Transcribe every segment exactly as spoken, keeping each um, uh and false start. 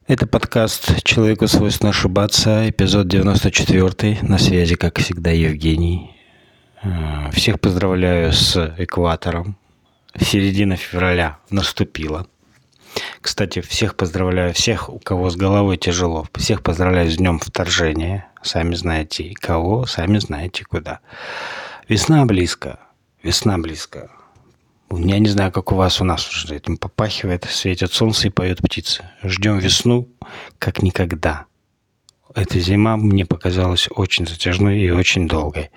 Это подкаст «Человеку свойственно ошибаться», эпизод девяносто четыре. На связи, как всегда, Евгений. Всех поздравляю с экватором. Середина февраля наступила. Кстати, всех поздравляю, всех, у кого с головой тяжело. Всех поздравляю с днем вторжения. Сами знаете кого, сами знаете куда. Весна близко. Весна близко. Я не знаю, как у вас, у нас уже этим попахивает, светит солнце и поет птицы. Ждем весну, как никогда. Эта зима мне показалась очень затяжной и очень долгой.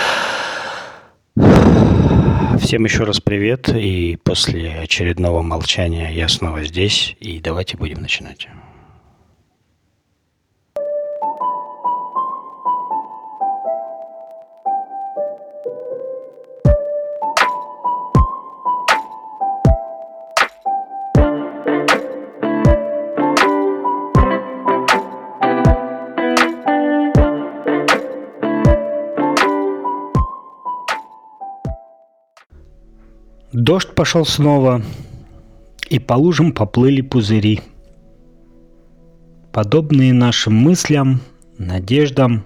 Всем еще раз привет, и после очередного молчания я снова здесь, и давайте будем начинать. Дождь пошел снова, и по лужам поплыли пузыри, подобные нашим мыслям, надеждам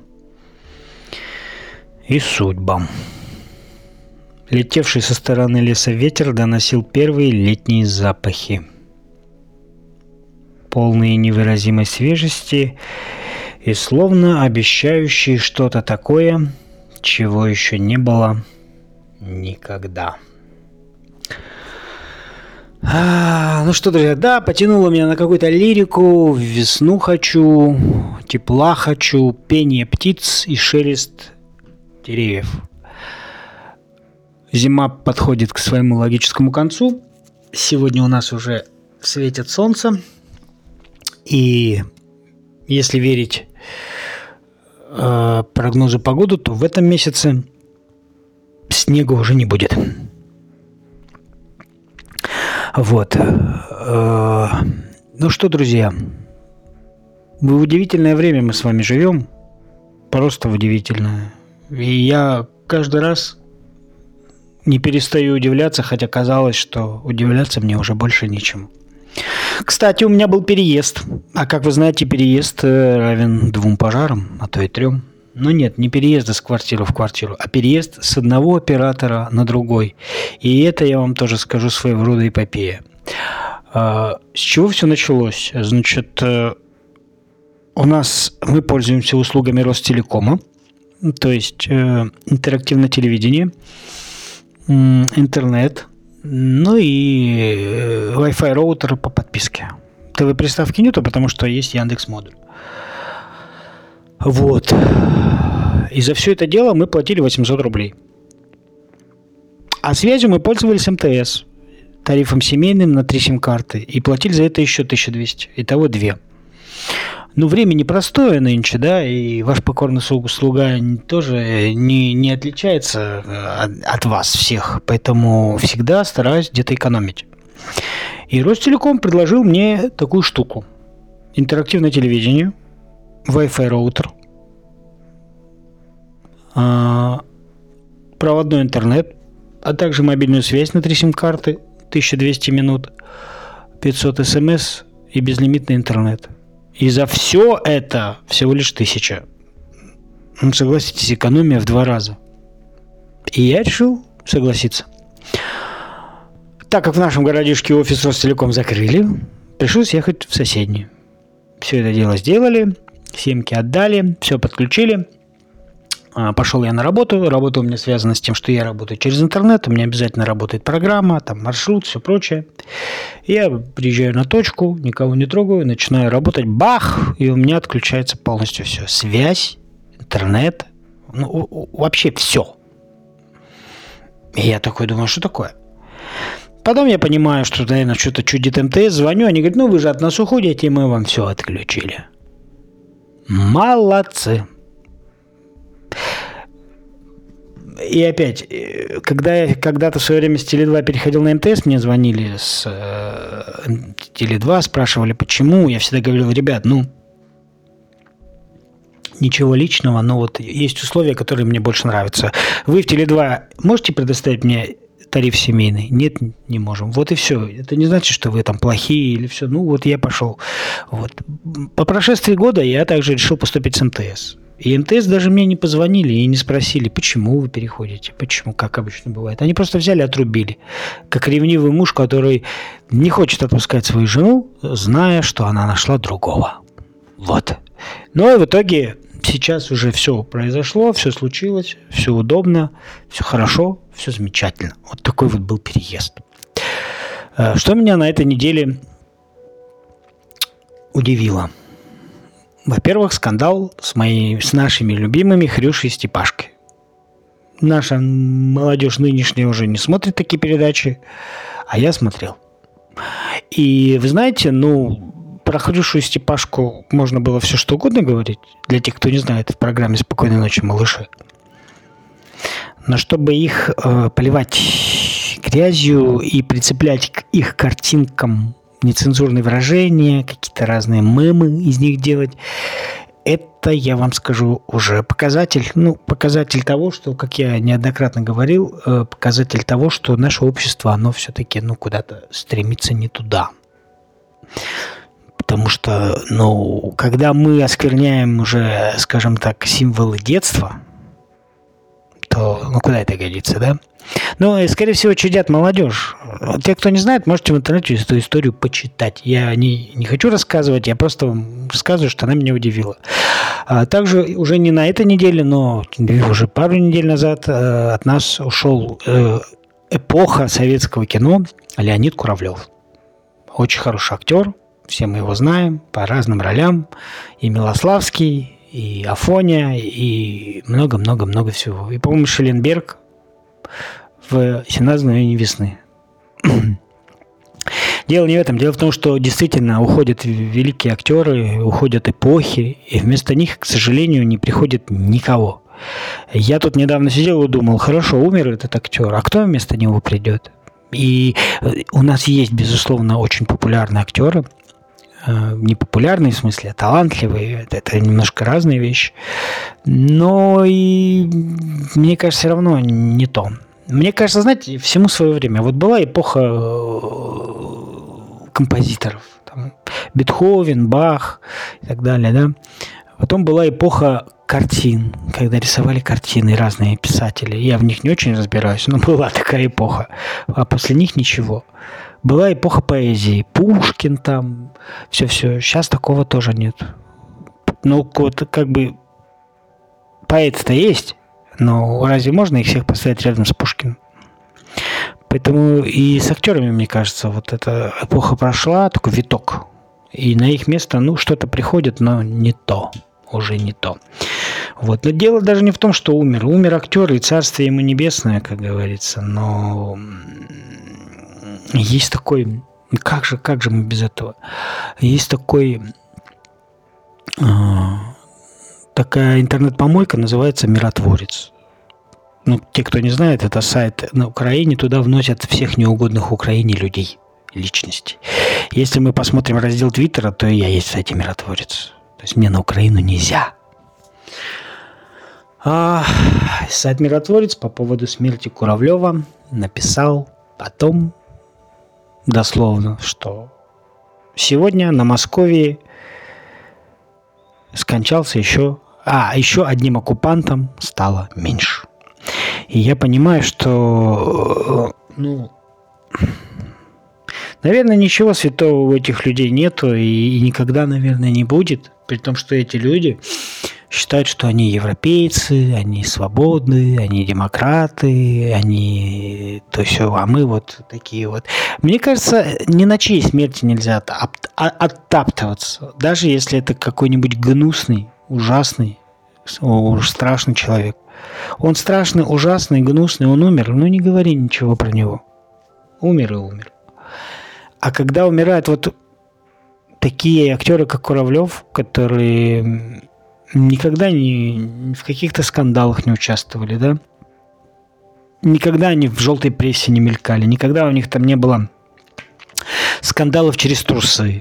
и судьбам. Летевший со стороны леса ветер доносил первые летние запахи, полные невыразимой свежести и словно обещающие что-то такое, чего еще не было никогда. А, ну что, друзья, да, потянуло меня на какую-то лирику, весну хочу, тепла хочу, пение птиц и шелест деревьев. Зима подходит к своему логическому концу. Сегодня у нас уже светит солнце. И если верить э, прогнозу погоды, то в этом месяце снега уже не будет. Вот. Ну что, друзья, в удивительное время мы с вами живем. Просто в удивительное. И я каждый раз не перестаю удивляться, хотя казалось, что удивляться мне уже больше нечему. Кстати, у меня был переезд. А как вы знаете, переезд равен двум пожарам, а то и трем. Но нет, не переезд с квартиры в квартиру, а переезд с одного оператора на другой. И это я вам тоже скажу своего рода эпопея. С чего все началось? Значит, у нас мы пользуемся услугами Ростелекома, то есть интерактивное телевидение, интернет, ну и Wi-Fi роутер по подписке. ТВ-приставки нету, потому что есть Яндекс.Модуль. Вот. И за все это дело мы платили восемьсот рублей. А связью мы пользовались МТС, тарифом семейным на три сим-карты, и платили за это еще тысячу двести. Итого две. Ну, время непростое нынче, да, и ваш покорный слуга тоже не, не отличается от, от вас всех, поэтому всегда стараюсь где-то экономить. И Ростелеком предложил мне такую штуку. Интерактивное телевидение, Wi-Fi роутер, проводной интернет, а также мобильную связь на три сим-карты, тысяча двести минут, пятьсот смс и безлимитный интернет. И за все это всего лишь тысяча. Ну, согласитесь, экономия в два раза. И я решил согласиться. Так как в нашем городишке офис Ростелеком закрыли, пришлось ехать в соседний. Все это дело сделали. Симки отдали, все подключили. Пошел я на работу. Работа у меня связана с тем, что я работаю через интернет. У меня обязательно работает программа, там маршрут, все прочее. Я приезжаю на точку, никого не трогаю, начинаю работать. Бах! И у меня отключается полностью все. Связь, интернет, ну, вообще все. И я такой думаю, что такое? Потом я понимаю, что, наверное, что-то чудит МТС. Звоню, они говорят, ну вы же от нас уходите, и мы вам все отключили. Молодцы. И опять, когда я когда-то в свое время с Теле два переходил на МТС, мне звонили с э, Теле два, спрашивали, почему. Я всегда говорил, ребят, ну, ничего личного, но вот есть условия, которые мне больше нравятся. Вы в Теле два можете предоставить мне тариф семейный. Нет, не можем. Вот и все. Это не значит, что вы там плохие или все. Ну, вот я пошел. Вот. По прошествии года я также решил поступить с эм тэ эс. И эм тэ эс даже мне не позвонили и не спросили, почему вы переходите, почему, как обычно бывает. Они просто взяли и отрубили. Как ревнивый муж, который не хочет отпускать свою жену, зная, что она нашла другого. Вот. Но и в итоге сейчас уже все произошло, все случилось, все удобно, все хорошо, все замечательно. Вот такой вот был переезд. Что меня на этой неделе удивило? Во-первых, скандал с, моей, с нашими любимыми Хрюшей и Степашкой. Наша молодежь нынешняя уже не смотрит такие передачи, а я смотрел. И вы знаете, ну... Про Хрюшу и Степашку можно было все что угодно говорить, для тех, кто не знает, в программе «Спокойной ночи, малыши». Но чтобы их э, поливать грязью и прицеплять к их картинкам нецензурные выражения, какие-то разные мемы из них делать, это, я вам скажу, уже показатель, ну, показатель того, что, как я неоднократно говорил, э, показатель того, что наше общество, оно все-таки, ну, куда-то стремится не туда. Потому что, ну, когда мы оскверняем уже, скажем так, символы детства, то, ну, куда это годится, да? Ну, и, скорее всего, чадят молодежь. Те, кто не знает, можете в интернете эту историю почитать. Я не, не хочу рассказывать, я просто вам рассказываю, что она меня удивила. А также уже не на этой неделе, но уже пару недель назад э, от нас ушел э, эпоха советского кино Леонид Куравлев. Очень хороший актер. Все мы его знаем по разным ролям. И Милославский, и Афоня, и много-много-много всего. И, по-моему, Шелленберг в «семнадцать мгновений весны». Дело не в этом. Дело в том, что действительно уходят великие актеры, уходят эпохи, и вместо них, к сожалению, не приходит никого. Я тут недавно сидел и думал, хорошо, умер этот актер, а кто вместо него придет? И у нас есть, безусловно, очень популярные актеры, не популярные в смысле, а талантливые, это немножко разные вещи, но и мне кажется, все равно не то. Мне кажется, знаете, всему свое время. Вот была эпоха композиторов, там, Бетховен, Бах и так далее, да. Потом была эпоха картин, когда рисовали картины разные писатели. Я в них не очень разбираюсь, но была такая эпоха. А после них ничего. Была эпоха поэзии. Пушкин там, все-все. Сейчас такого тоже нет. Ну, вот как бы поэты-то есть, но разве можно их всех поставить рядом с Пушкиным? Поэтому и с актерами, мне кажется, вот эта эпоха прошла, такой виток. И на их место, ну, что-то приходит, но не то. Уже не то. Вот. Но дело даже не в том, что умер. Умер актер, и царствие ему небесное, как говорится. Но есть такой... Как же, как же мы без этого? Есть такой... Э, такая интернет-помойка, называется «Миротворец». Ну, те, кто не знает, это сайт на Украине. Туда вносят всех неугодных Украине людей, личностей. Если мы посмотрим раздел Твиттера, то я есть в сайте «Миротворец». То есть мне на Украину нельзя. А сайт «Миротворец» по поводу смерти Куравлева написал потом дословно, что сегодня на Московии скончался еще... А, еще одним оккупантом стало меньше. И я понимаю, что... Ну... Наверное, ничего святого у этих людей нету и, и никогда, наверное, не будет. При том, что эти люди считают, что они европейцы, они свободны, они демократы, они то все, а мы вот такие вот. Мне кажется, ни на чьей смерти нельзя оттаптываться. Даже если это какой-нибудь гнусный, ужасный, страшный человек. Он страшный, ужасный, гнусный, он умер. Ну, не говори ничего про него. Умер и умер. А когда умирают вот такие актеры, как Куравлев, которые никогда не в каких-то скандалах не участвовали, да, никогда они в желтой прессе не мелькали, никогда у них там не было скандалов через трусы.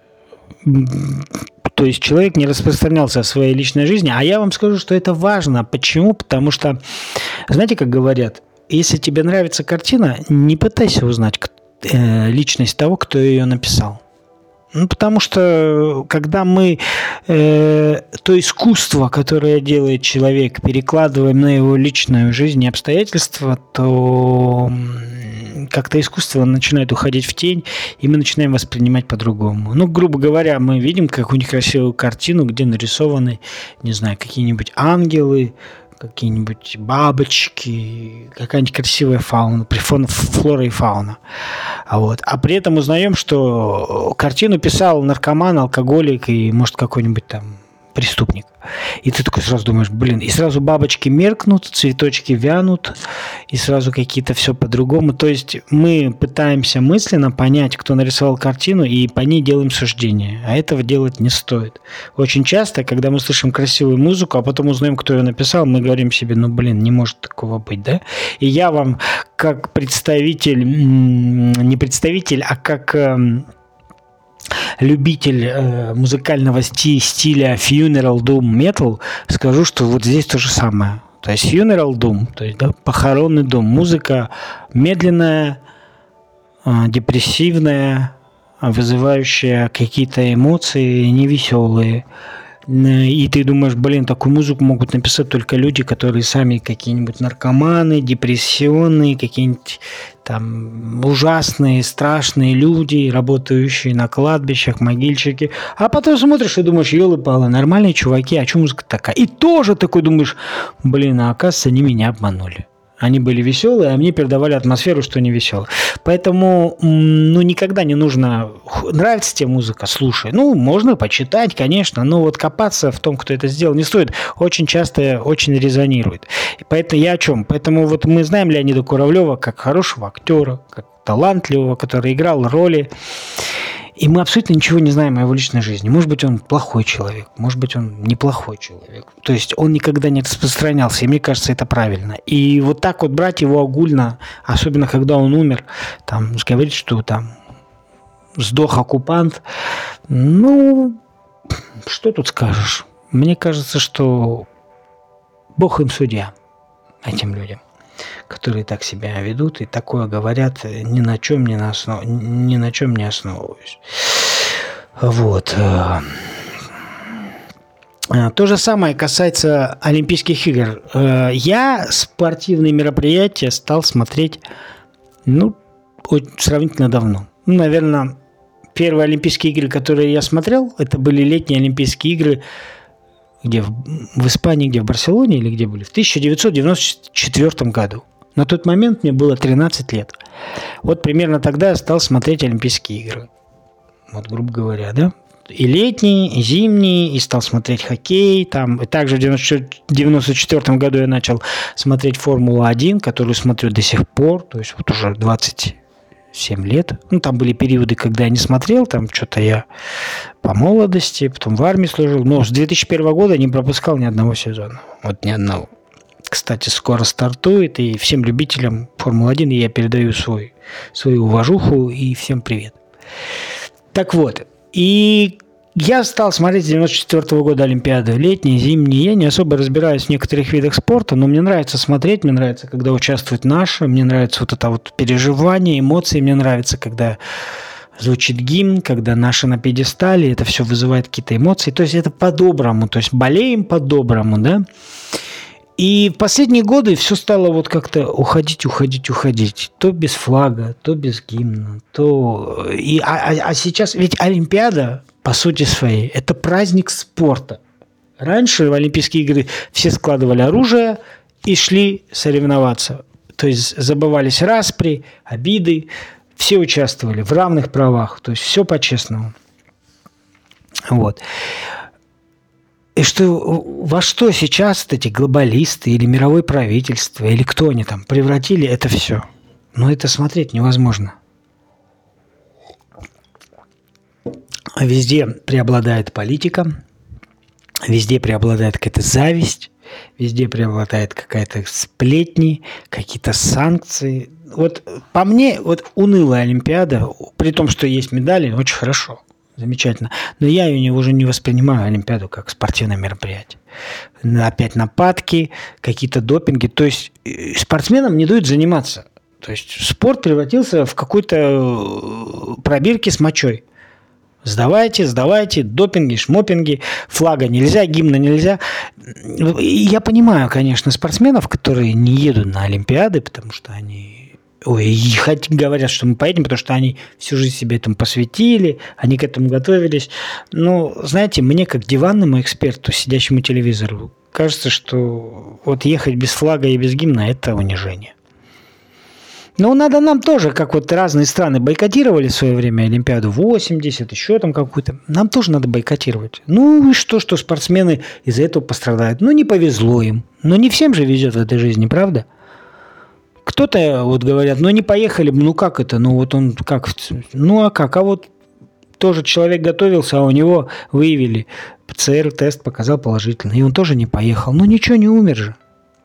То есть человек не распространялся о своей личной жизни. А я вам скажу, что это важно. Почему? Потому что, знаете, как говорят, если тебе нравится картина, не пытайся узнать э, личность того, кто ее написал. Ну, потому что, когда мы э, то искусство, которое делает человек, перекладываем на его личную жизнь и обстоятельства, то как-то искусство начинает уходить в тень, и мы начинаем воспринимать по-другому. Ну, грубо говоря, мы видим какую-нибудь красивую картину, где нарисованы, не знаю, какие-нибудь ангелы, какие-нибудь бабочки, какая-нибудь красивая фауна, флора и фауна. А, вот. А при этом узнаем, что картину писал наркоман, алкоголик и, может, какой-нибудь там преступник. И ты такой сразу думаешь, блин, и сразу бабочки меркнут, цветочки вянут, и сразу какие-то все по-другому. То есть мы пытаемся мысленно понять, кто нарисовал картину, и по ней делаем суждение. А этого делать не стоит. Очень часто, когда мы слышим красивую музыку, а потом узнаем, кто ее написал, мы говорим себе, ну, блин, не может такого быть, да? И я вам, как представитель, не представитель, а как любитель э, музыкального сти- стиля Funeral Doom Metal, скажу, что вот здесь то же самое. То есть Funeral Doom, то есть да, похоронный дом, музыка медленная, э, депрессивная, вызывающая какие-то эмоции невеселые. И ты думаешь, блин, такую музыку могут написать только люди, которые сами какие-нибудь наркоманы, депрессионные, какие-нибудь там ужасные, страшные люди, работающие на кладбищах, могильщики. А потом смотришь и думаешь, елы-палы, нормальные чуваки, а что музыка такая? И тоже такой думаешь, блин, а оказывается, они меня обманули. Они были веселые, а мне передавали атмосферу, что не веселые. Поэтому, ну, никогда не нужно... Нравится тебе музыка? Слушай. Ну, можно почитать, конечно, но вот копаться в том, кто это сделал, не стоит. Очень часто очень резонирует. И поэтому я о чем? Поэтому вот мы знаем Леонида Куравлева как хорошего актера, как талантливого, который играл роли. И мы абсолютно ничего не знаем о его личной жизни. Может быть, он плохой человек, может быть, он неплохой человек. То есть он никогда не распространялся, и мне кажется, это правильно. И вот так вот брать его огульно, особенно когда он умер, там, говорить, что там сдох оккупант, ну, что тут скажешь? Мне кажется, что Бог им судья, этим людям, которые так себя ведут и такое говорят, ни на чем не, на основ... ни на чем не основываясь. Вот. То же самое касается Олимпийских игр. Я спортивные мероприятия стал смотреть, ну, сравнительно давно. Ну, наверное, первые Олимпийские игры, которые я смотрел, это были летние Олимпийские игры, где в, в Испании, где в Барселоне или где были, в тысяча девятьсот девяносто четвёртом году. На тот момент мне было тринадцать лет. Вот примерно тогда я стал смотреть Олимпийские игры. Вот, грубо говоря, да. И летние, и зимние, и стал смотреть хоккей. Там. И также в девяносто четвёртом году я начал смотреть Формулу один, которую смотрю до сих пор. То есть вот уже двадцать семь лет. Ну, там были периоды, когда я не смотрел. Там что-то я по молодости, потом в армии служил. Но с две тысячи первого года не пропускал ни одного сезона. Вот ни одного. Кстати, скоро стартует, и всем любителям Формулы один я передаю свой, свою уважуху и всем привет. Так вот, и я стал смотреть с девяносто четвёртого года Олимпиады, летние, зимние. Я не особо разбираюсь в некоторых видах спорта, но мне нравится смотреть, мне нравится, когда участвуют наши, мне нравится вот это вот переживание, эмоции, мне нравится, когда звучит гимн, когда наши на пьедестале, это все вызывает какие-то эмоции. То есть это по-доброму, то есть болеем по-доброму, да. И в последние годы все стало вот как-то уходить, уходить, уходить. То без флага, то без гимна, то... И, а, а сейчас ведь Олимпиада, по сути своей, это праздник спорта. Раньше в Олимпийские игры все складывали оружие и шли соревноваться. То есть забывались распри, обиды. Все участвовали в равных правах. То есть все по-честному. Вот. И что, во что сейчас эти глобалисты или мировое правительство, или кто они там, превратили это все? Но это смотреть невозможно. Везде преобладает политика, везде преобладает какая-то зависть, везде преобладает какая-то сплетни, какие-то санкции. Вот по мне, вот унылая Олимпиада, при том, что есть медали, очень хорошо. замечательно. Но я ее уже не воспринимаю, Олимпиаду, как спортивное мероприятие. Опять нападки, какие-то допинги. То есть спортсменам не дают заниматься. То есть спорт превратился в какой-то пробирки с мочой. Сдавайте, сдавайте, допинги, шмопинги, флага нельзя, гимна нельзя. И я понимаю, конечно, спортсменов, которые не едут на Олимпиады, потому что они... Ой, и хоть говорят, что мы поедем, потому что они всю жизнь себе этому посвятили, они к этому готовились. Но, знаете, мне, как диванному эксперту, сидящему телевизору, кажется, что вот ехать без флага и без гимна – это унижение. Но надо нам тоже, как вот разные страны бойкотировали в свое время Олимпиаду восемьдесят, еще там какую-то. Нам тоже надо бойкотировать. Ну и что, что спортсмены из-за этого пострадают? Ну не повезло им. Но не всем же везет в этой жизни, правда? Кто-то, вот говорят, ну не поехали, ну как это? Ну вот он как? Ну а как? А вот тоже человек готовился, а у него выявили. ПЦР-тест показал положительно. И он тоже не поехал. Ну ничего, не умер же.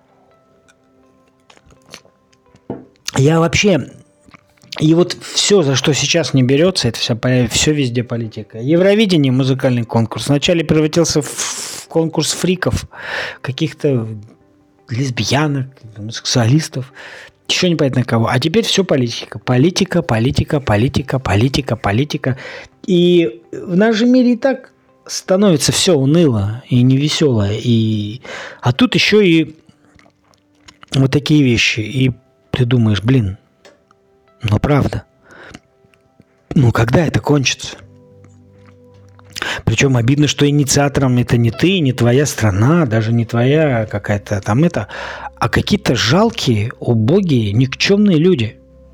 Я вообще... И вот все, за что сейчас не берется, это вся, все везде политика. Евровидение, музыкальный конкурс. Вначале превратился в конкурс фриков, каких-то лесбиянок, гомосексуалистов, еще непонятно кого. А теперь все политика. Политика, политика, политика, политика, политика. И в нашем мире и так становится все уныло и невесело. И... А тут еще и вот такие вещи. И ты думаешь, блин, ну правда, ну когда это кончится? Причем обидно, что инициатором это не ты, не твоя страна, даже не твоя какая-то там это, а какие-то жалкие, убогие, никчемные люди.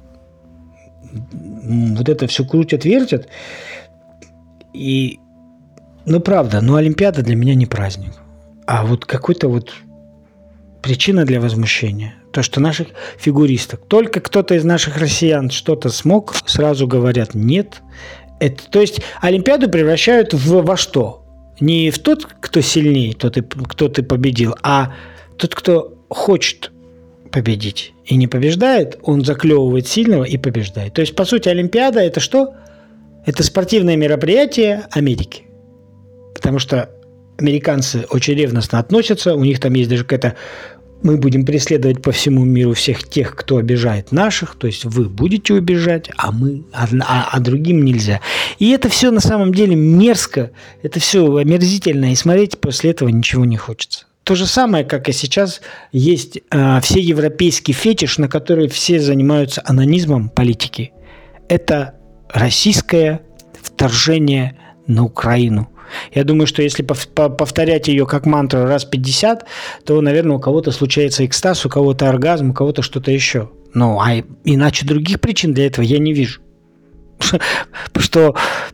Вот это все крутят-вертят. И, ну правда, ну Олимпиада для меня не праздник, а вот какой-то вот причина для возмущения. То, что наших фигуристок, только кто-то из наших россиян что-то смог, сразу говорят нет. Это, то есть Олимпиаду превращают в, во что? Не в тот, кто сильнее, тот и, кто ты победил, а тот, кто хочет победить и не побеждает, он заклевывает сильного и побеждает. То есть, по сути, Олимпиада – это что? Это спортивное мероприятие Америки. Потому что американцы очень ревностно относятся, у них там есть даже какая-то... Мы будем преследовать по всему миру всех тех, кто обижает наших, то есть вы будете убежать, а мы, а, а, а другим нельзя. И это все на самом деле мерзко, это все омерзительно, и смотреть после этого ничего не хочется. То же самое, как и сейчас есть а, всеевропейский фетиш, на который все занимаются анонизмом политики. Это российское вторжение на Украину. Я думаю, что если повторять ее как мантру раз пятьдесят, то, наверное, у кого-то случается экстаз, у кого-то оргазм, у кого-то что-то еще. Ну, а иначе других причин для этого я не вижу. Что,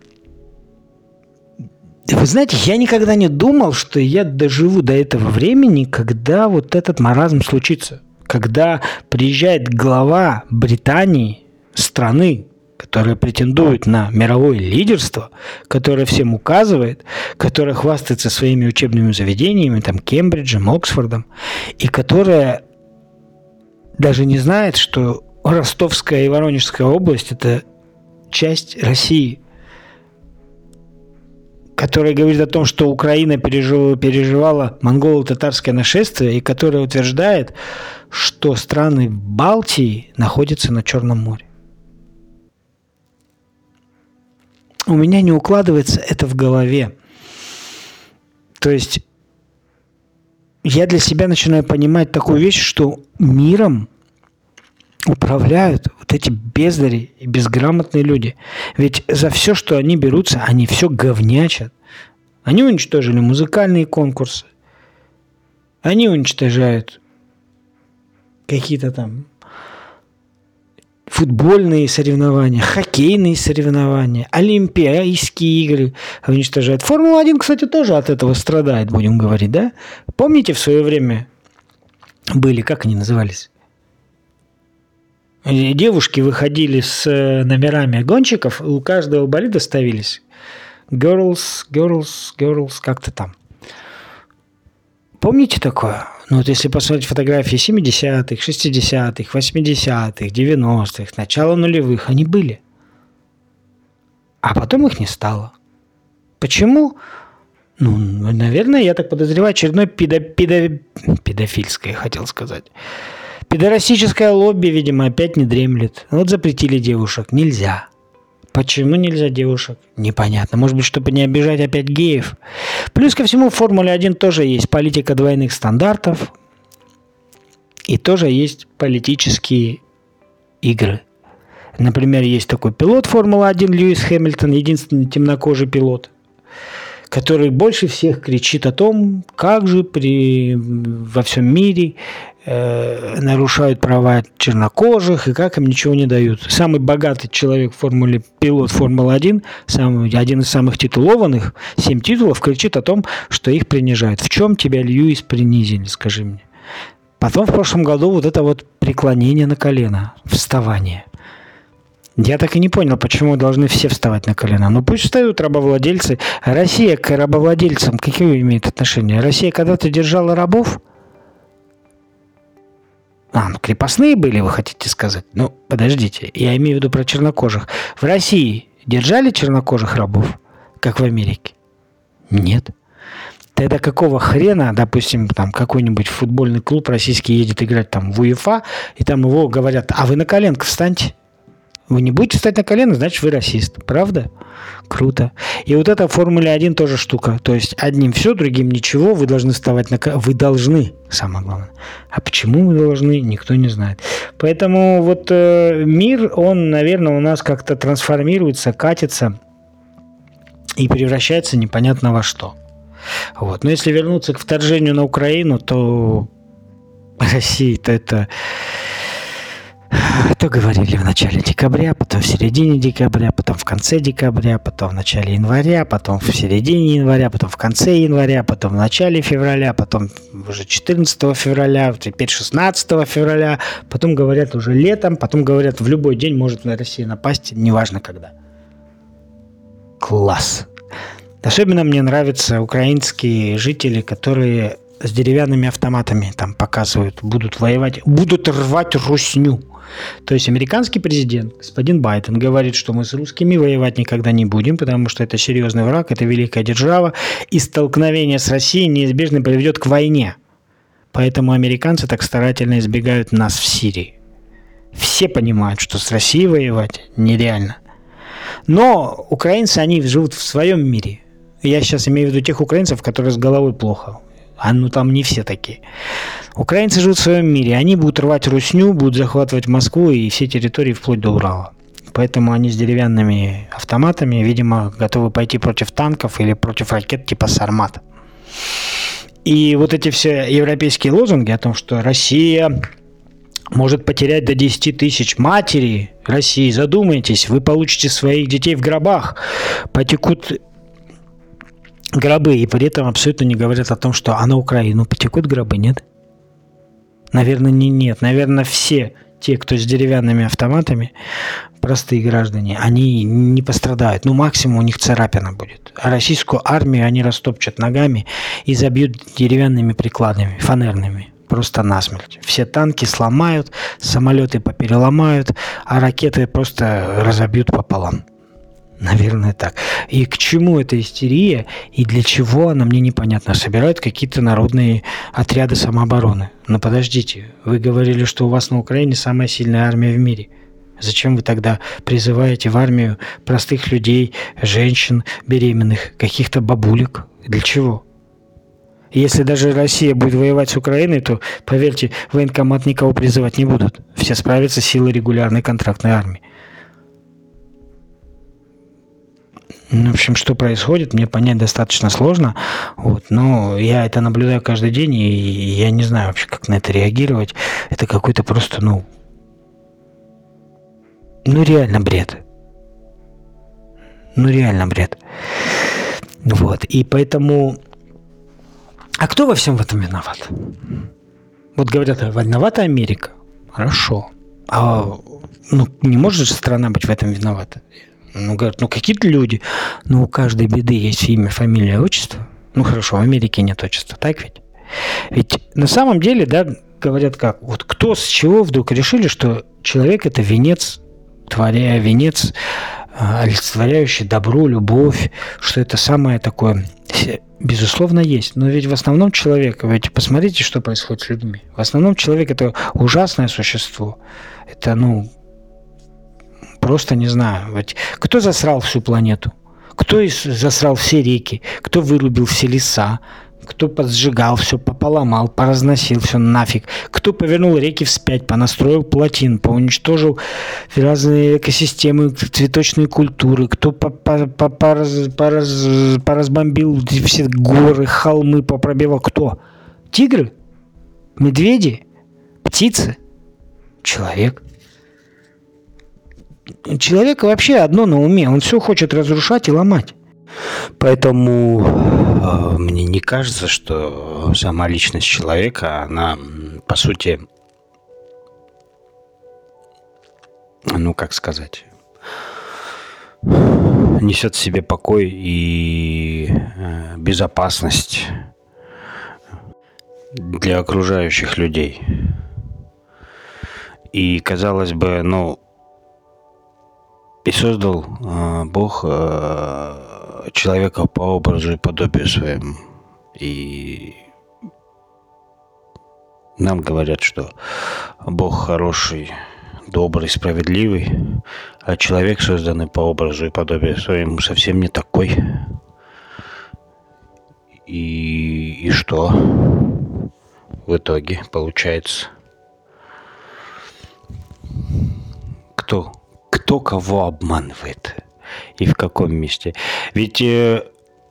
вы знаете, я никогда не думал, что я доживу до этого времени, когда вот этот маразм случится. Когда приезжает глава Британии, страны, которая претендует на мировое лидерство, которая всем указывает, которая хвастается своими учебными заведениями, там, Кембриджем, Оксфордом, и которая даже не знает, что Ростовская и Воронежская область – это часть России, которая говорит о том, что Украина переживала, переживала монголо-татарское нашествие, и которая утверждает, что страны Балтии находятся на Черном море. У меня не укладывается это в голове. То есть я для себя начинаю понимать такую вещь, что миром управляют вот эти бездари и безграмотные люди. Ведь за все, что они берутся, они все говнячат. Они уничтожили музыкальные конкурсы. Они уничтожают какие-то там футбольные соревнования, хоккейные соревнования, олимпийские игры уничтожают. Формула один, кстати, тоже от этого страдает, будем говорить, да? Помните, в свое время были, как они назывались? Девушки выходили с номерами гонщиков, у каждого болида ставились girls, girls, girls, как-то там. Помните такое? Ну вот если посмотреть фотографии семидесятых, шестидесятых, восьмидесятых, девяностых, начала нулевых, они были. А потом их не стало. Почему? Ну, наверное, я так подозреваю, очередное педо, педо, педофильское, хотел сказать. Педорастическое лобби, видимо, опять не дремлет. Вот запретили девушек. Нельзя. Почему нельзя девушек? Непонятно. Может быть, чтобы не обижать опять геев. Плюс ко всему в Формуле один тоже есть политика двойных стандартов. И тоже есть политические игры. Например, есть такой пилот Формулы один Льюис Хэмилтон, единственный темнокожий пилот, который больше всех кричит о том, как же при, во всем мире э, нарушают права чернокожих и как им ничего не дают. Самый богатый человек в Формуле, пилот Формулы один, самый, один из самых титулованных, семь титулов, кричит о том, что их принижают. В чем тебя, Льюис, принизили, скажи мне? Потом в прошлом году вот это вот преклонение на колено, вставание. Я так и не понял, почему должны все вставать на колено. Ну пусть встают рабовладельцы. Россия к рабовладельцам какие имеет отношение? Россия когда-то держала рабов? А, ну крепостные были, вы хотите сказать? Ну, подождите, я имею в виду про чернокожих. В России держали чернокожих рабов, как в Америке? Нет. Тогда какого хрена, допустим, там какой-нибудь футбольный клуб российский едет играть там в УЕФА, и там его говорят, а вы на коленку встаньте. Вы не будете встать на колено, значит, вы расист. Правда? Круто. И вот это в Формуле один тоже штука. То есть одним все, другим ничего. Вы должны вставать на колено. Вы должны, самое главное. А почему вы должны, никто не знает. Поэтому вот э, мир, он, наверное, у нас как-то трансформируется, катится и превращается непонятно во что. Вот. Но если вернуться к вторжению на Украину, то Россия-то это... То говорили в начале декабря, потом в середине декабря, потом в конце декабря, потом в начале января, потом в середине января, потом в конце января, потом в начале февраля, потом уже четырнадцатого февраля, теперь шестнадцатого февраля, потом говорят уже летом, потом говорят в любой день может на Россию напасть, неважно когда. Класс! Особенно мне нравятся украинские жители, которые с деревянными автоматами там показывают, будут воевать, будут рвать русню. То есть американский президент, господин Байден, говорит, что мы с русскими воевать никогда не будем, потому что это серьезный враг, это великая держава, и столкновение с Россией неизбежно приведет к войне. Поэтому американцы так старательно избегают нас в Сирии. Все понимают, что с Россией воевать нереально. Но украинцы, они живут в своем мире. Я сейчас имею в виду тех украинцев, которые с головой плохо. А ну там не все такие. Украинцы живут в своем мире. Они будут рвать русню, будут захватывать Москву и все территории вплоть до Урала. Поэтому они с деревянными автоматами, видимо, готовы пойти против танков или против ракет типа «Сармат». И вот эти все европейские лозунги о том, что Россия может потерять до десять тысяч матери России, задумайтесь, вы получите своих детей в гробах, потекут гробы, и при этом абсолютно не говорят о том, что а на Украину потекут гробы, нет? Наверное, не нет. Наверное, все те, кто с деревянными автоматами, простые граждане, они не пострадают. Ну, максимум у них царапина будет. А российскую армию они растопчут ногами и забьют деревянными прикладами, фанерными. Просто насмерть. Все танки сломают, самолеты попереломают, а ракеты просто разобьют пополам. Наверное, так. И к чему эта истерия, и для чего она, мне непонятно. Собирают какие-то народные отряды самообороны. Но подождите, вы говорили, что у вас на Украине самая сильная армия в мире. Зачем вы тогда призываете в армию простых людей, женщин, беременных, каких-то бабулек? Для чего? Если даже Россия будет воевать с Украиной, то, поверьте, в военкомат никого призывать не будут. Все справятся силы регулярной контрактной армии. В общем, что происходит, мне понять достаточно сложно. Вот, но я это наблюдаю каждый день, и я не знаю вообще, как на это реагировать. Это какой-то просто, ну... Ну, реально бред. Ну, реально бред. Вот, и поэтому... А кто во всем в этом виноват? Вот говорят, виновата Америка. Хорошо. А ну, не может же страна быть в этом виновата? Ну, говорят, ну какие-то люди, ну у каждой беды есть имя, фамилия, отчество. Ну хорошо, в Америке нет отчества, так ведь? Ведь на самом деле, да, говорят как, вот кто с чего вдруг решили, что человек это венец творя, венец олицетворяющее добро, любовь, что это самое такое, безусловно, есть. Но ведь в основном человек, ведь посмотрите, что происходит с людьми. В основном человек – это ужасное существо. Это, ну, просто не знаю. Ведь кто засрал всю планету? Кто засрал все реки? Кто вырубил все леса? Кто поджигал все, пополомал, поразносил все нафиг? Кто повернул реки вспять, понастроил плотин, поуничтожил разные экосистемы, цветочные культуры? Кто по -по -по пораз пораз поразбомбил все горы, холмы, попробивал? Кто? Тигры? Медведи? Птицы? Человек? Человек вообще одно на уме. Он все хочет разрушать и ломать. Поэтому э, мне не кажется, что сама личность человека, она, по сути, ну, как сказать, несет в себе покой и э, безопасность для окружающих людей. И, казалось бы, ну, и создал э, Бог э, человека по образу и подобию своему. И нам говорят, что Бог хороший, добрый, справедливый, а человек, созданный по образу и подобию своему, совсем не такой. И, и что в итоге получается? Кто? Кто кого обманывает и в каком месте? Ведь, э,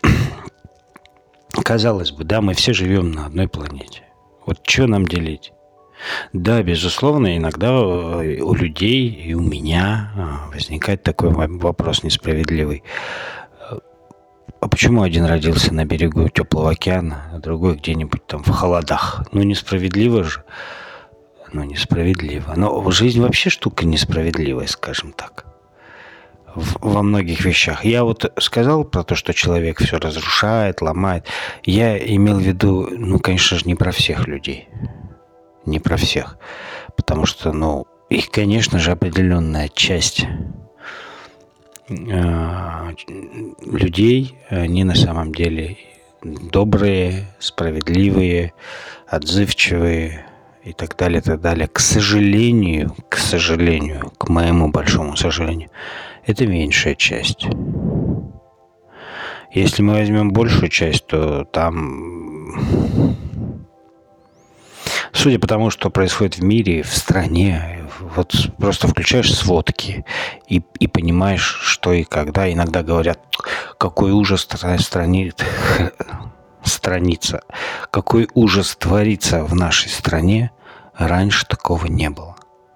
казалось бы, да, мы все живем на одной планете. Вот что нам делить? Да, безусловно, иногда у людей и у меня возникает такой вопрос несправедливый. А почему один родился на берегу теплого океана, а другой где-нибудь там в холодах? Ну, несправедливо же. Ну, несправедливо. Но жизнь вообще штука несправедливая, скажем так. В, во многих вещах. Я вот сказал про то, что человек все разрушает, ломает. Я имел в виду, ну, конечно же, не про всех людей. Не про всех. Потому что, ну, их, конечно же, определенная часть э, людей, они на самом деле добрые, справедливые, отзывчивые, и так далее, и так далее. К сожалению, к сожалению, к моему большому сожалению, это меньшая часть. Если мы возьмем большую часть, то там, судя по тому, что происходит в мире, в стране, вот просто включаешь сводки и, и понимаешь, что и когда. Иногда говорят, какой ужас страни... страница. Какой ужас творится в нашей стране, раньше такого не было.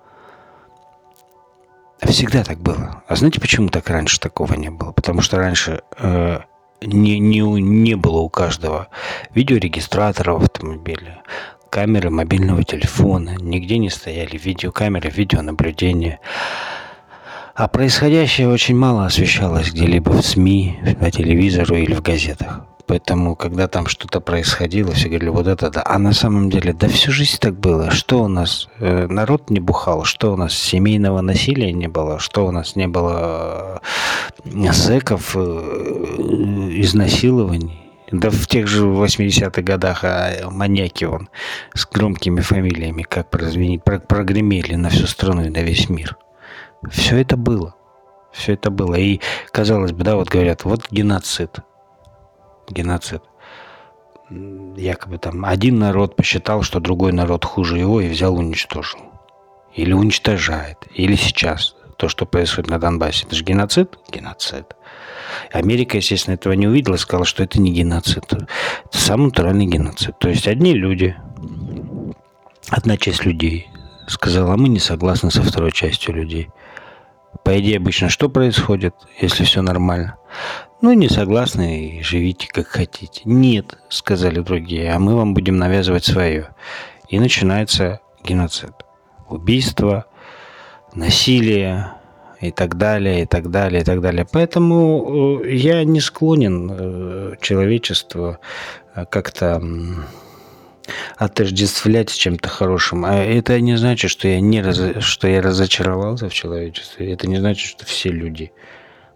Всегда так было. А знаете, почему так раньше такого не было? Потому что раньше э, не, не, не было у каждого видеорегистратора в автомобиле, камеры мобильного телефона, нигде не стояли видеокамеры, видеонаблюдения. А происходящее очень мало освещалось где-либо в СМИ, по телевизору или в газетах. Поэтому, когда там что-то происходило, все говорили, вот это да. А на самом деле, да всю жизнь так было. Что у нас? Э, народ не бухал. Что у нас? Семейного насилия не было. Что у нас не было? Э, зэков, э, изнасилований. Да в тех же восьмидесятых годах а маньяки вон с громкими фамилиями как прозвени, про, прогремели на всю страну и на весь мир. Все это было. Все это было. И, казалось бы, да, вот говорят, вот геноцид. Геноцид. Якобы там один народ посчитал, что другой народ хуже его и взял, уничтожил. Или уничтожает. Или сейчас то, что происходит на Донбассе. Это же геноцид? Геноцид. Америка, естественно, этого не увидела и сказала, что это не геноцид. Это самый натуральный геноцид. То есть одни люди, одна часть людей сказала, а мы не согласны со второй частью людей. По идее, обычно что происходит, если все нормально? Ну, не согласны и живите как хотите. Нет, сказали другие, а мы вам будем навязывать свое. И начинается геноцид. Убийство, насилие и так далее, и так далее, и так далее. Поэтому я не склонен человечество как-то отождествлять с чем-то хорошим. А это не значит, что я, не раз... что я разочаровался в человечестве. Это не значит, что все люди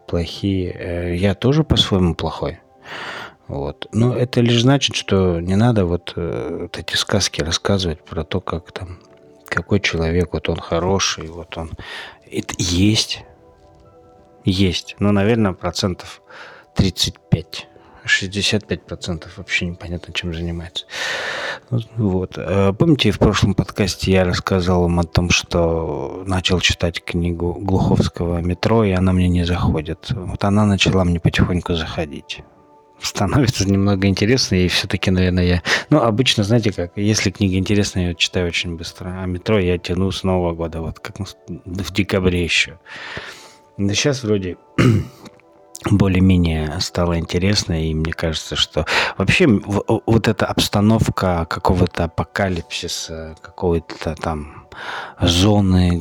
плохие. Э, Я тоже по-своему плохой. Вот. Но это лишь значит, что не надо вот, э, вот эти сказки рассказывать про то, как там, какой человек, вот он хороший, вот он. Это есть, есть. Ну, наверное, процентов тридцать пять. шестьдесят пять процентов вообще непонятно, чем занимается. Вот. Э, Помните, в прошлом подкасте я рассказал вам о том, что начал читать книгу Глуховского «Метро», и она мне не заходит. Вот она начала мне потихоньку заходить. Становится немного интересно, и все-таки, наверное, я... Ну, обычно, знаете как, если книга интересная, я ее читаю очень быстро, а «Метро» я тяну с Нового года, вот как в декабре еще. Да сейчас вроде более-менее стало интересно, и мне кажется, что вообще в- вот эта обстановка какого-то апокалипсиса, какой-то там зоны,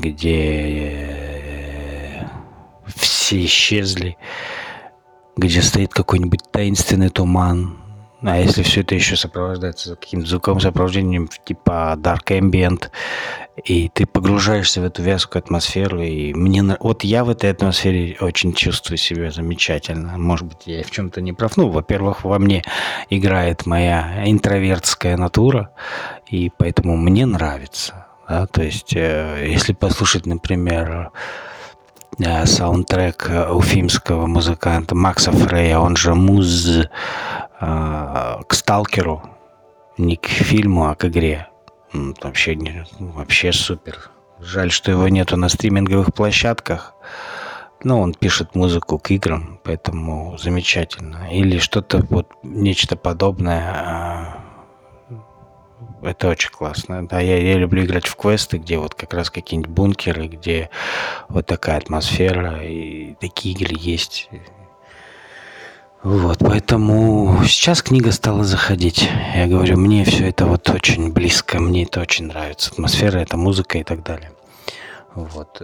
где все исчезли, где стоит какой-нибудь таинственный туман, а если все это еще сопровождается каким-то звуковым сопровождением типа Dark Ambient, и ты погружаешься в эту вязкую атмосферу, и мне... на- Вот я в этой атмосфере очень чувствую себя замечательно. Может быть, я в чем-то не прав. Ну, во-первых, во мне играет моя интровертская натура, и поэтому мне нравится. Да? То есть, э, если послушать, например, э, саундтрек э, уфимского музыканта Макса Фрея, он же Муз, э, к «Сталкеру», не к фильму, а к игре. М, Вообще, не- вообще супер. Жаль, что его нету на стриминговых площадках. Но он пишет музыку к играм, поэтому замечательно. Или что-то вот, нечто подобное. а, Это очень классно. Да, я, я люблю играть в квесты, где вот как раз какие-нибудь бункеры, где вот такая атмосфера, и такие игры есть. Вот, поэтому сейчас книга стала заходить. Я говорю, мне все это вот очень близко, мне это очень нравится. Атмосфера, это музыка и так далее. Вот.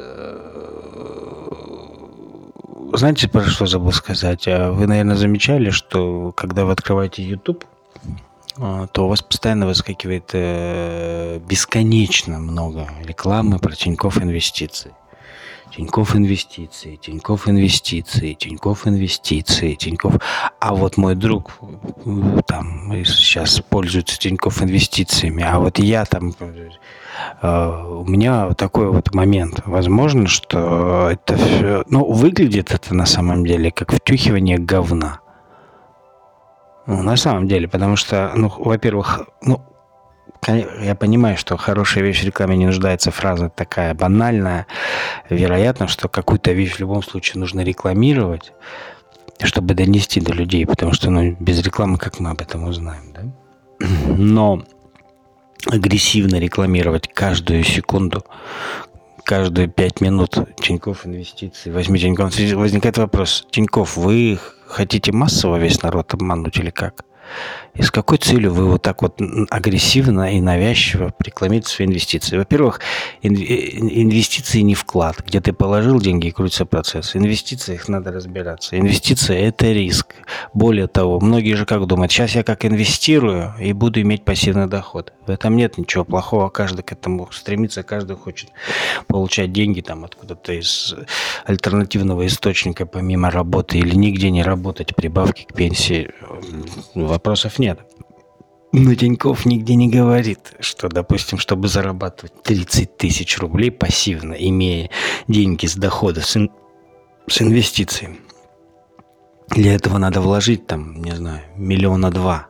Знаете, про что забыл сказать? А Вы, наверное, замечали, что когда вы открываете YouTube, а, то у вас постоянно выскакивает э, бесконечно много рекламы про Тинькофф Инвестиции. Тинькофф Инвестиции, Тинькофф Инвестиции, Тинькофф Инвестиции, Тинькофф. А вот мой друг э, там сейчас пользуется Тинькофф Инвестициями, а вот я там... э, У меня такой вот момент. Возможно, что это все... Ну, выглядит это на самом деле как втюхивание говна. Ну, на самом деле, потому что, ну, во-первых, ну, Коне- я понимаю, что хорошая вещь в рекламе не нуждается, фраза такая банальная. Вероятно, что какую-то вещь в любом случае нужно рекламировать, чтобы донести до людей, потому что ну, без рекламы как мы об этом узнаем, да? Но агрессивно рекламировать каждую секунду, каждые пять минут Тинькофф Инвестиции, возьми Тинькофф, возникает вопрос, Тинькофф, вы хотите массово весь народ обмануть или как? И с какой целью вы вот так вот агрессивно и навязчиво рекламируете свои инвестиции? Во-первых, инвестиции не вклад, где ты положил деньги и крутится процесс. Инвестиции, их надо разбираться. Инвестиции – это риск. Более того, многие же как думают, сейчас я как инвестирую и буду иметь пассивный доход. В этом нет ничего плохого, каждый к этому стремится, каждый хочет получать деньги там откуда-то из альтернативного источника помимо работы или нигде не работать, прибавки к пенсии. Вопросов нет. Но Тинькофф нигде не говорит, что, допустим, чтобы зарабатывать тридцать тысяч рублей пассивно, имея деньги с дохода, с, ин- с инвестиций, для этого надо вложить там, не знаю, миллиона два.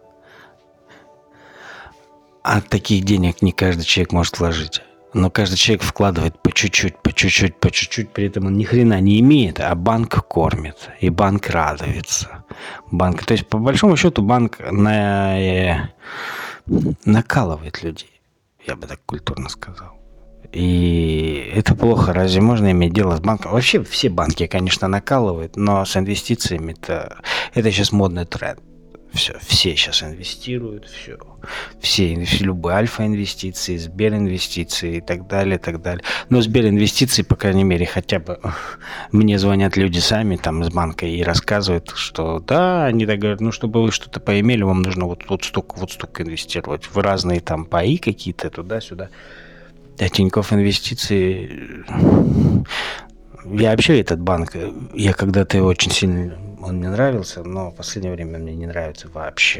А таких денег не каждый человек может вложить. Но каждый человек вкладывает по чуть-чуть, по чуть-чуть, по чуть-чуть, при этом он ни хрена не имеет, а банк кормит, и банк радуется. Банк, то есть, по большому счету, банк на, э, накалывает людей, я бы так культурно сказал. И это плохо. Разве можно иметь дело с банком? Вообще все банки, конечно, накалывают, но с инвестициями это, это сейчас модный тренд. Все, все сейчас инвестируют, все. Все, любые альфа-инвестиции, Сбер-инвестиции и так далее, и так далее. Но Сбер-инвестиции, по крайней мере, хотя бы мне звонят люди сами там из банка и рассказывают, что да, они так говорят, ну, чтобы вы что-то поимели, вам нужно вот, вот столько, вот столько инвестировать в разные там паи какие-то туда-сюда. А Тинькофф Инвестиции Я вообще этот банк, я когда-то его очень сильно, он мне нравился, но в последнее время мне не нравится вообще.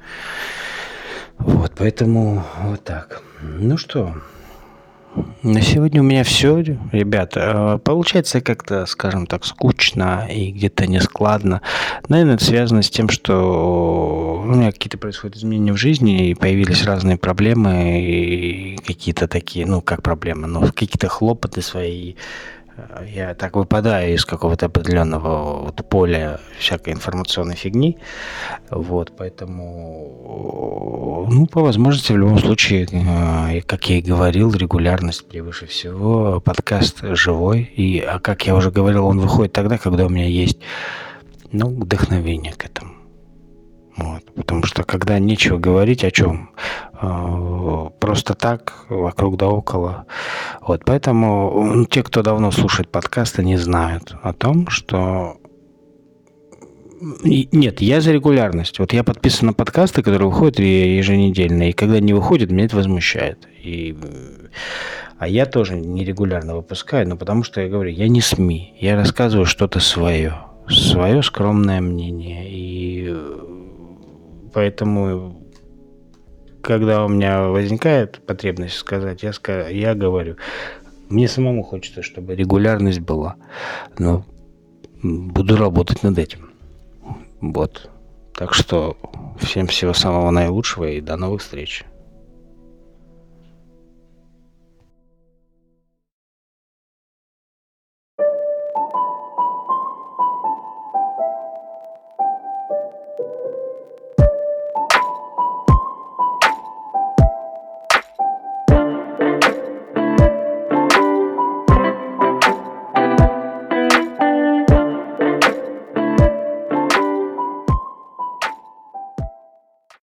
Вот, поэтому вот так. Ну что, на сегодня у меня все, ребята. Получается как-то, скажем так, скучно и где-то нескладно. Наверное, это связано с тем, что у меня какие-то происходят изменения в жизни, и появились разные проблемы, и какие-то такие, ну, как проблемы, но какие-то хлопоты свои. Я так выпадаю из какого-то определенного вот поля всякой информационной фигни. Вот, поэтому, ну, по возможности, в любом случае, как я и говорил, регулярность превыше всего. Подкаст живой. И, а как я уже говорил, он выходит тогда, когда у меня есть, ну, вдохновение к этому. Вот, потому что когда нечего говорить о чем, просто так, вокруг да около. Вот, поэтому ну, те, кто давно слушает подкасты, не знают о том, что... Нет, я за регулярность. Вот я подписан на подкасты, которые выходят еженедельно, и когда не выходят, меня это возмущает. И... А я тоже нерегулярно выпускаю, но потому что, я говорю, я не СМИ, я рассказываю что-то свое, свое скромное мнение. И поэтому, когда у меня возникает потребность сказать, я, скажу, я говорю, мне самому хочется, чтобы регулярность была, но буду работать над этим. Вот. Так что всем всего самого наилучшего и до новых встреч.